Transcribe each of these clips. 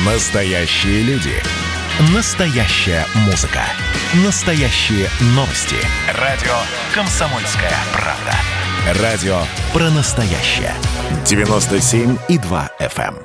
Настоящие люди. Настоящая музыка. Настоящие новости. Радио «Комсомольская правда». Радио про настоящее. 97,2 FM.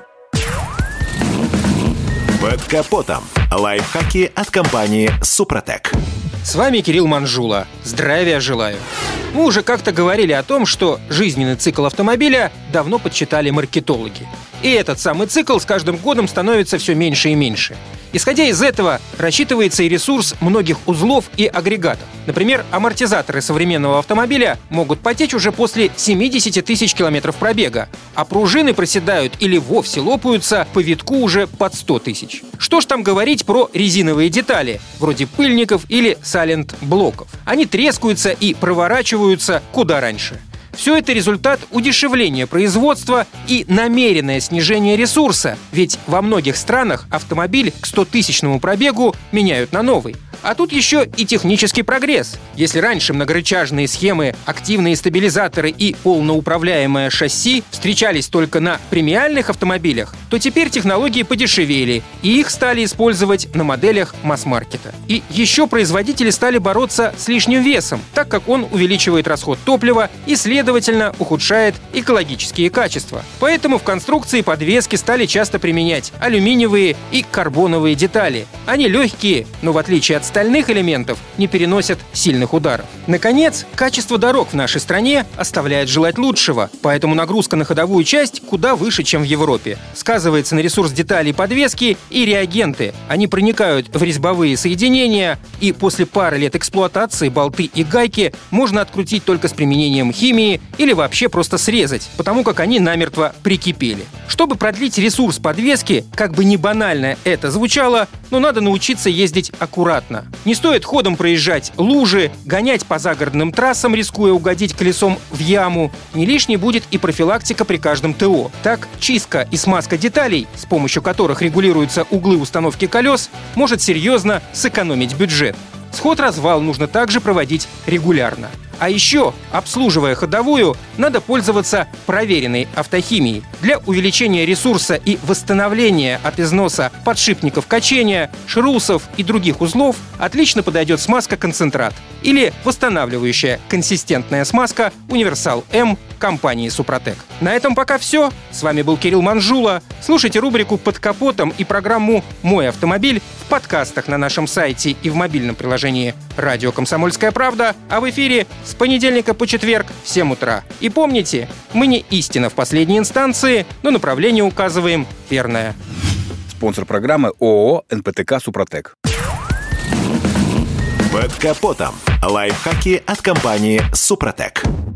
Под капотом. Лайфхаки от компании «Супротек». С вами Кирилл Манжула. Здравия желаю. Мы уже как-то говорили о том, что жизненный цикл автомобиля давно подсчитали маркетологи. И этот самый цикл с каждым годом становится все меньше и меньше. Исходя из этого, рассчитывается и ресурс многих узлов и агрегатов. Например, амортизаторы современного автомобиля могут потечь уже после 70 тысяч километров пробега, а пружины проседают или вовсе лопаются по витку уже под 100 тысяч. Что ж там говорить про резиновые детали, вроде пыльников или сайлент-блоков. Они трескаются и проворачиваются куда раньше. Все это результат удешевления производства и намеренное снижение ресурса, ведь во многих странах автомобиль к 100-тысячному пробегу меняют на новый. А тут еще и технический прогресс. Если раньше многорычажные схемы, активные стабилизаторы и полноуправляемое шасси встречались только на премиальных автомобилях, то теперь технологии подешевели, и их стали использовать на моделях масс-маркета. И еще производители стали бороться с лишним весом, так как он увеличивает расход топлива и, следовательно, ухудшает экологические качества. Поэтому в конструкции подвески стали часто применять алюминиевые и карбоновые детали. Они легкие, но в отличие от стальных элементов не переносят сильных ударов. Наконец, качество дорог в нашей стране оставляет желать лучшего, поэтому нагрузка на ходовую часть куда выше, чем в Европе. Сказывается на ресурс деталей подвески и реагенты. Они проникают в резьбовые соединения, и после пары лет эксплуатации болты и гайки можно открутить только с применением химии или вообще просто срезать, потому как они намертво прикипели. Чтобы продлить ресурс подвески, как бы не банально это звучало, но надо научиться ездить аккуратно. Не стоит ходом проезжать лужи, гонять по загородным трассам, рискуя угодить колесом в яму. Не лишней будет и профилактика при каждом ТО. Так, чистка и смазка деталей, с помощью которых регулируются углы установки колес, может серьезно сэкономить бюджет. Сход-развал нужно также проводить регулярно. А еще, обслуживая ходовую, надо пользоваться проверенной автохимией. Для увеличения ресурса и восстановления от износа подшипников качения, шрусов и других узлов отлично подойдет смазка-концентрат или восстанавливающая консистентная смазка «Универсал М» компании «Супротек». На этом пока все. С вами был Кирилл Манжула. Слушайте рубрику «Под капотом» и программу «Мой автомобиль» в подкастах на нашем сайте и в мобильном приложении «Радио Комсомольская правда», а в эфире с понедельника по четверг в 7 утра. И помните, мы не истина в последней инстанции, но направление указываем верное. Спонсор программы ООО «НПТК Супротек». Под капотом. Лайфхаки от компании «Супротек».